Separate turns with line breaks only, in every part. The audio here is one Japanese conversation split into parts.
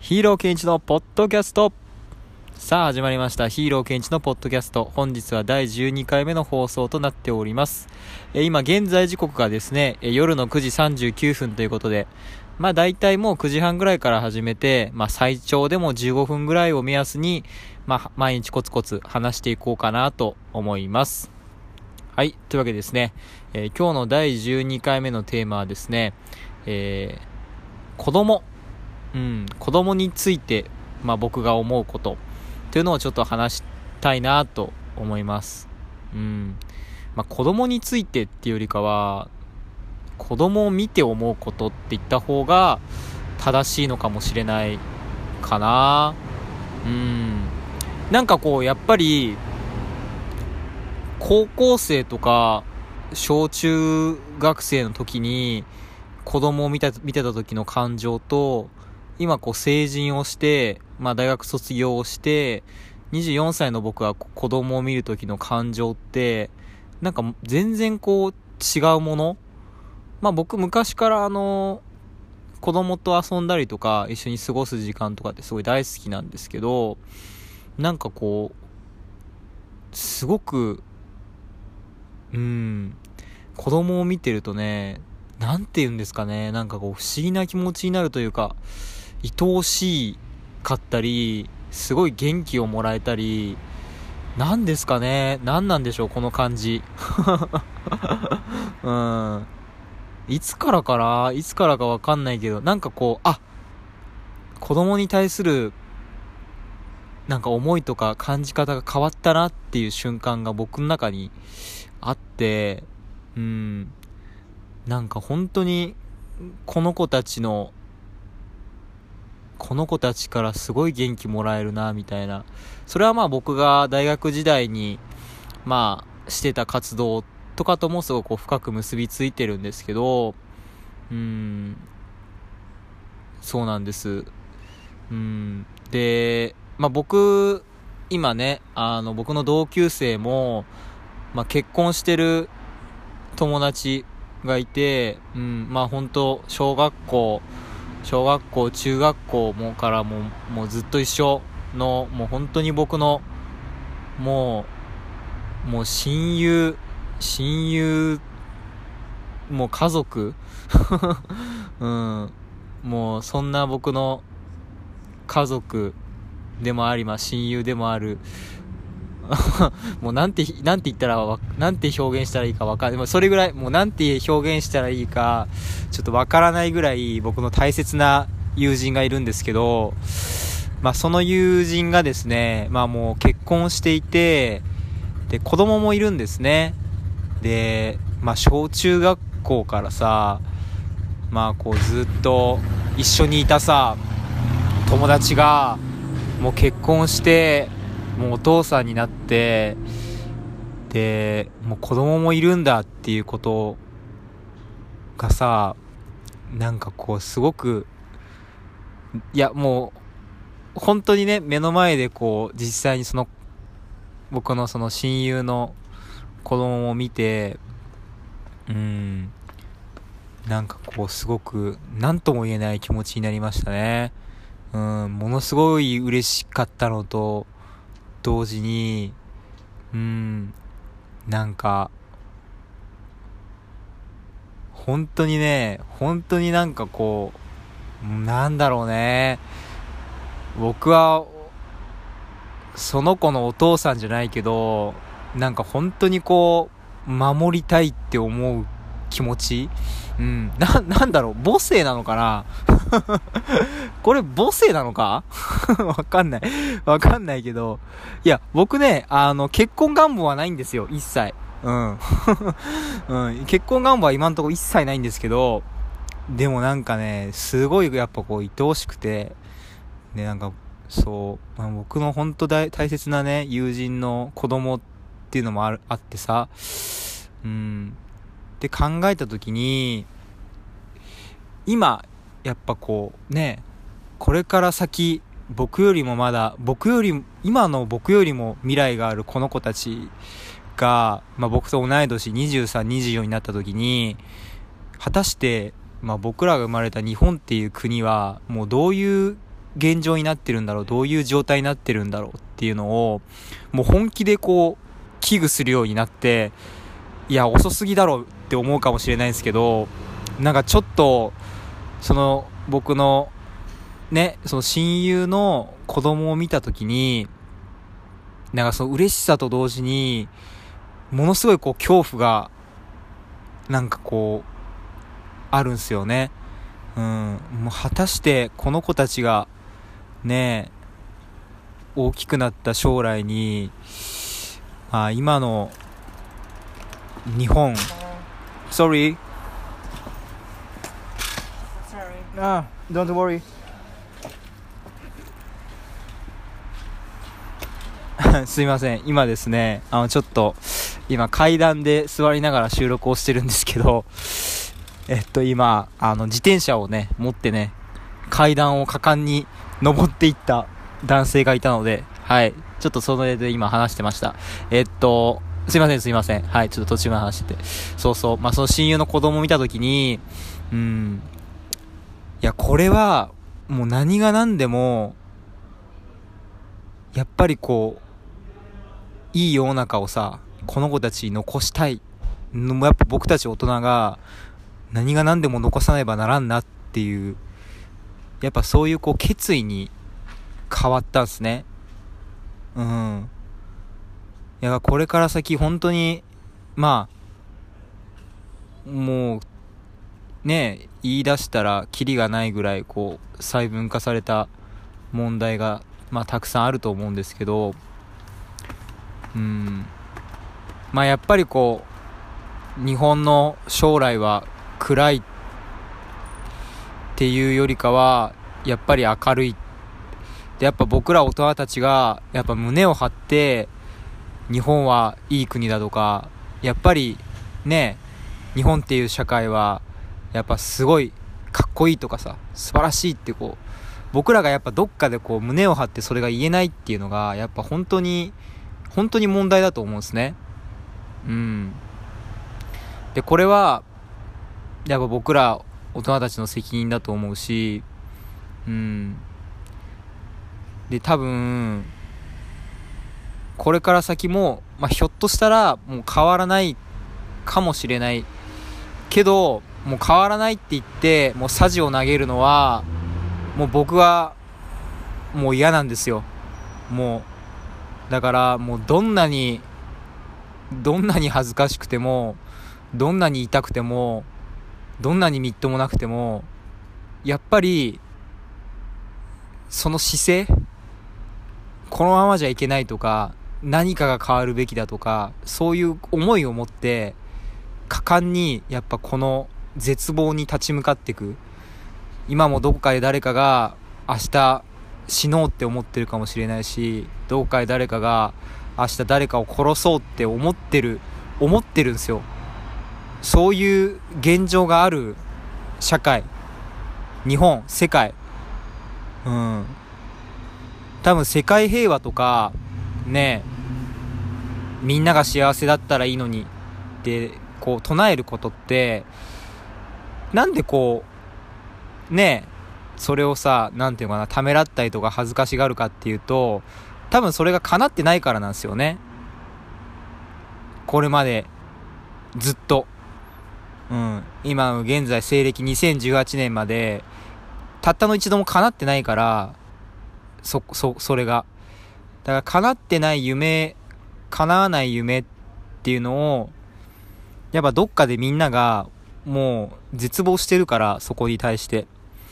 ヒーローケンイチのポッドキャスト。さあ始まりました。ヒーローケンイチのポッドキャスト。本日は第12回目の放送となっております。今現在時刻がですね、夜の9時39分ということで、だいたいもう9時半ぐらいから始めて、最長でも15分ぐらいを目安に、毎日コツコツ話していこうかなと思います。はい、というわけでですね、今日の第12回目のテーマはですね、子供について、僕が思うことというのをちょっと話したいなと思います。子供についてっていうよりかは、子供を見て思うことって言った方が正しいのかもしれないかな。なんかこうやっぱり高校生とか小中学生の時に子供を見てた時の感情と、今こう成人をして、大学卒業をして24歳の僕が子供を見る時の感情ってなんか全然こう違うもの。僕昔から子供と遊んだりとか一緒に過ごす時間とかってすごい大好きなんですけど、なんかこうすごく子供を見てるとね、なんて言うんですかね、なんかこう不思議な気持ちになるというか、愛おしかったり、すごい元気をもらえたり、なんですかね、なんなんでしょうこの感じいつからかわかんないけど、なんかこう子供に対するなんか思いとか感じ方が変わったなっていう瞬間が僕の中にあって、なんか本当にこの子たちからすごい元気もらえるなみたいな。それは僕が大学時代にしてた活動とかともすごく深く結びついてるんですけど、そうなんです。で、僕今ね、僕の同級生も結婚してる友達がいて、本当小学校、中学校からもうずっと一緒の、もう本当に僕のもう親友、もう家族もうそんな僕の家族でもあり、親友でもあるもうなんて言ったらなんて表現したらいいかわかんない。それぐらい、もうなんて表現したらいいかちょっとわからないぐらい僕の大切な友人がいるんですけど、その友人がですね、もう結婚していて、で子供もいるんですね。で小中学校からさ、こうずっと一緒にいたさ友達がもう結婚して、もうお父さんになって、でもう子供もいるんだっていうことがさ、なんかこうすごく、いやもう本当にね、目の前でこう実際にその僕のその親友の子供を見て、なんかこうすごく何とも言えない気持ちになりましたね。ものすごい嬉しかったのと同時に、なんか本当になんかこう、なんだろうね、僕はその子のお父さんじゃないけど、なんか本当にこう守りたいって思う気持ち、なんだろう、母性なのかなこれ母性なのかわかんないけど、いや僕ね、結婚願望はないんですよ、一切。結婚願望は今のところ一切ないんですけど、でもなんかね、すごいやっぱこう愛おしくて、でなんかそう、僕の本当大切なね友人の子供っていうのもあってさ、で考えた時に、今やっぱこうね、これから先今の僕よりも未来があるこの子たちが、僕と同い年23、24になった時に、果たして、僕らが生まれた日本っていう国はもうどういう現状になってるんだろう、どういう状態になってるんだろうっていうのをもう本気でこう危惧するようになって、いや遅すぎだろうって思うかもしれないんですけど、なんかちょっとその僕のね、その親友の子供を見た時に、なんかその嬉しさと同時にものすごいこう恐怖がなんかこうあるんすよね。もう果たしてこの子たちがね大きくなった将来に、今の日本 Sorry Don't worry すいません、今ですねちょっと今階段で座りながら収録をしてるんですけど、今自転車をね持ってね階段を果敢に登っていった男性がいたので、はい、ちょっとそれで今話してました。すいません、はい、ちょっと途中まで話してて、そうそう、その親友の子供を見たときに、いやこれはもう何が何でもやっぱりこういい世の中をさ、この子たちに残したいのもやっぱ僕たち大人が何が何でも残さねばならんなっていう、やっぱそういうこう決意に変わったんですね。いやこれから先本当にもうね言い出したらキリがないぐらいこう細分化された問題がたくさんあると思うんですけど、やっぱりこう日本の将来は暗いっていうよりかはやっぱり明るいで、やっぱ僕ら大人たちがやっぱ胸を張って日本はいい国だとか、やっぱりね日本っていう社会はやっぱすごいかっこいいとかさ、素晴らしいってこう僕らがやっぱどっかでこう胸を張ってそれが言えないっていうのがやっぱ本当に問題だと思うんですね。でこれはやっぱ僕ら大人たちの責任だと思うし、で多分これから先も、ひょっとしたらもう変わらないかもしれないけど、もう変わらないって言ってもう匙を投げるのはもう僕はもう嫌なんですよ。もうだからもうどんなに恥ずかしくても、どんなに痛くても、どんなにみっともなくても、やっぱりその姿勢、このままじゃいけないとか、何かが変わるべきだとか、そういう思いを持って果敢にやっぱこの絶望に立ち向かっていく。今もどこかで誰かが明日死のうって思ってるかもしれないし、どこかで誰かが明日誰かを殺そうって思ってるんですよ。そういう現状がある社会、日本、世界、多分世界平和とかね、みんなが幸せだったらいいのにってこう唱えることって、なんでこうねそれをさ、なんていうかな、ためらったりとか恥ずかしがるかっていうと、多分それが叶ってないからなんですよね。これまでずっと今の現在西暦2018年までたったの一度も叶ってないから、それがだから叶ってない夢、叶わない夢っていうのをやっぱどっかでみんながもう絶望してるから、そこに対して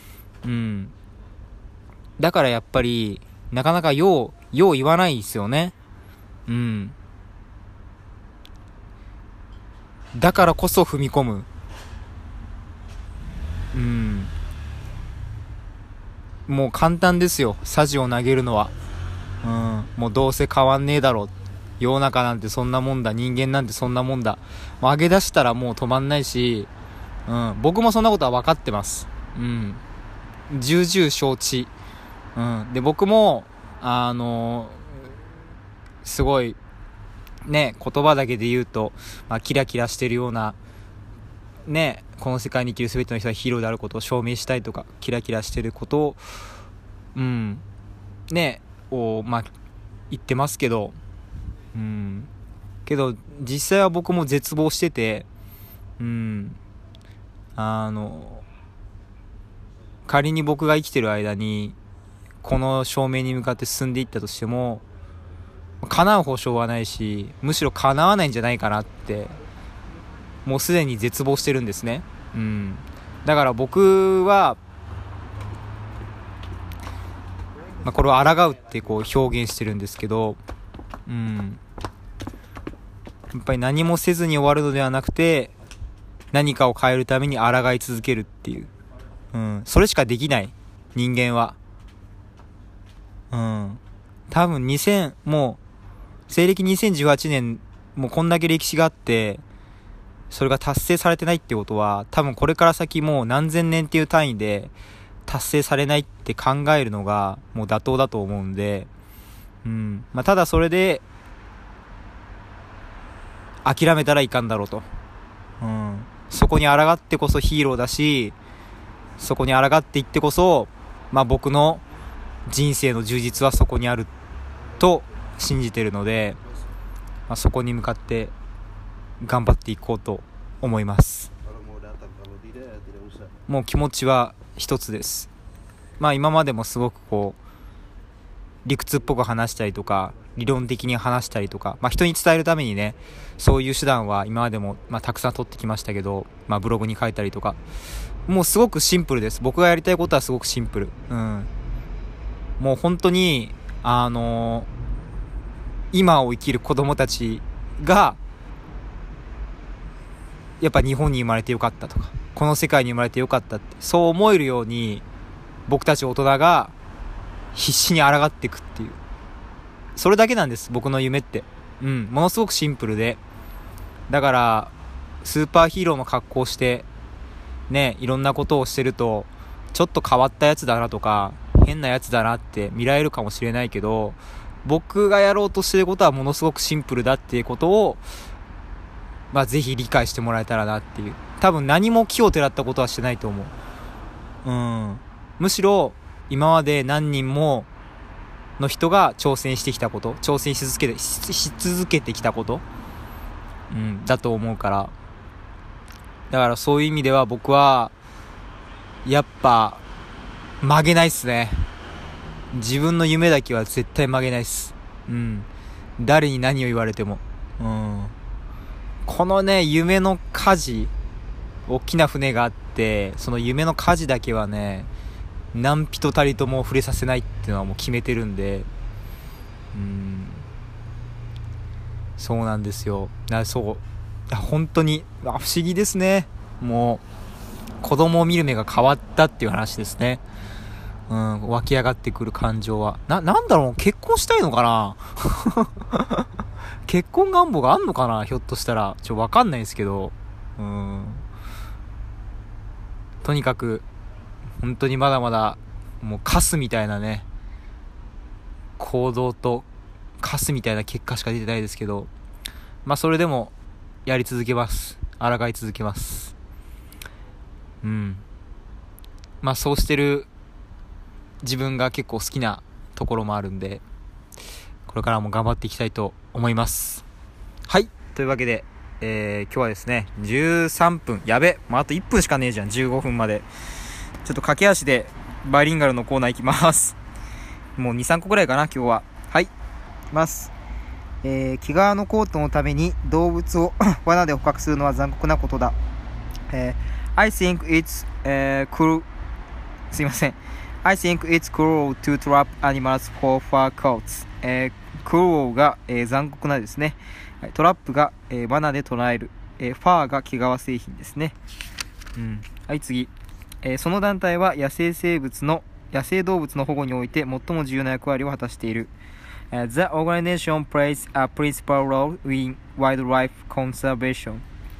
だからやっぱりなかなかよう言わないですよね。だからこそ踏み込む。もう簡単ですよ、匙を投げるのは。もうどうせ変わんねえだろう、世の中なんてそんなもんだ、人間なんてそんなもんだ、もう上げ出したらもう止まんないし、僕もそんなことは分かってます。重々承知。で僕もすごいね、言葉だけで言うと、キラキラしてるようなね、この世界に生きる全ての人はヒーローであることを証明したいとか、キラキラしてることね言ってますけど、けど実際は僕も絶望してて、仮に僕が生きてる間にこの証明に向かって進んでいったとしても叶う保証はないし、むしろ叶わないんじゃないかなってもうすでに絶望してるんですね。だから僕は、これを抗うってこう表現してるんですけど、やっぱり何もせずに終わるのではなくて、何かを変えるために抗い続けるっていう、それしかできない人間は、多分もう西暦2018年もうこんだけ歴史があってそれが達成されてないってことは、多分これから先もう何千年っていう単位で達成されないって考えるのがもう妥当だと思うんで、ただそれで諦めたらいかんだろうと、そこに抗ってこそヒーローだし、そこに抗っていってこそ、僕の人生の充実はそこにあると信じてるので、そこに向かって頑張っていこうと思います。もう気持ちは一つです。今までもすごくこう理屈っぽく話したりとか理論的に話したりとか、人に伝えるためにね、そういう手段は今までも、たくさん取ってきましたけど、ブログに書いたりとか、もうすごくシンプルです。僕がやりたいことはすごくシンプル。もう本当に今を生きる子供たちがやっぱ日本に生まれてよかったとか、この世界に生まれてよかったって、そう思えるように僕たち大人が必死に抗っていくっていう、それだけなんです、僕の夢って。ものすごくシンプルで、だからスーパーヒーローの格好をしてね、いろんなことをしてるとちょっと変わったやつだなとか変なやつだなって見られるかもしれないけど、僕がやろうとしてることはものすごくシンプルだっていうことをぜひ理解してもらえたらなっていう。多分何も奇をてらったことはしてないと思う。むしろ今まで何人もの人が挑戦してきたこと、挑戦し続けてきたこと、だと思うから。だからそういう意味では僕はやっぱ曲げないっすね。自分の夢だけは絶対曲げないっす。誰に何を言われても。このね、夢の舵、大きな船があって、その夢の舵だけはね、何人たりとも触れさせないっていうのはもう決めてるんで、そうなんですよ。本当に不思議ですね。もう子供を見る目が変わったっていう話ですね。湧き上がってくる感情はなんだろう、結婚したいのかな結婚願望があんのかな、ひょっとしたら。わかんないですけど、とにかく本当にまだまだもうカスみたいなね行動とカスみたいな結果しか出てないですけど、それでもやり続けます。抗い続けます。そうしてる自分が結構好きなところもあるんで、これからも頑張っていきたいと思います。はい、というわけで、今日はですね13分、あと1分しかねえじゃん、15分まで。ちょっと駆け足でバイリンガルのコーナー行きます。もう 2,3 個くらいかな今日は。はい、いきます。毛皮のコートのために動物を罠で捕獲するのは残酷なことだ。I think it's cruel. すいません。I think it's cruel to trap animals for fur coats. cruel が、残酷なですね。トラップが、罠で捕らえる。ファーが毛皮製品ですね。はい、次。その団体は野生動物の保護において最も重要な役割を果たしている。The organization plays a principal role in wildlife conservation.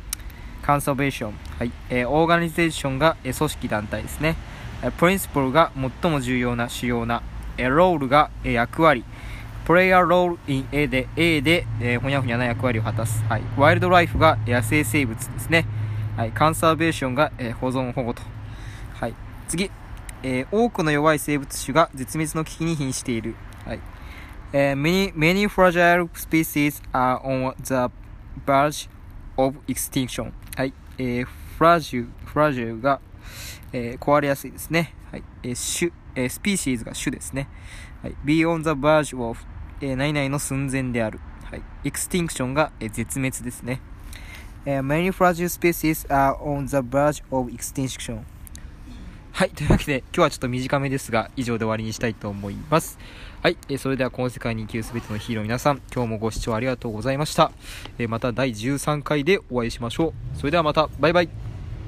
はい、オーガニゼーションが、組織団体ですね。principal が最も重要な主要な。role が、役割。play a role in A で、ほにゃほにゃな役割を果たす。はい、ワイルドライフが野生生物ですね。はい、カンサーベーションが、保存保護と。はい、次。 多くの弱い生物種が絶滅の危機に瀕している。はい。many fragile species are on the verge of extinction. はい。fragile が、壊れやすいですね。はい。スピーシーズが種ですね。はい。be on the verge of、何々の寸前である。はい。extinction が、絶滅ですね。many fragile species are on the verge of extinction. はい。というわけで、今日はちょっと短めですが、以上で終わりにしたいと思います。はい。それでは、この世界に生きるすべてのヒーロー皆さん、今日もご視聴ありがとうございました。また第13回でお会いしましょう。それではまた、バイバイ。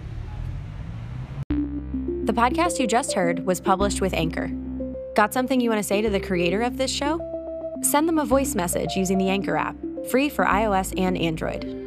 The podcast you just heard was published with Anchor. Got something you want to say to the creator of this show? Send them a voice message using the Anchor app, free for iOS and Android.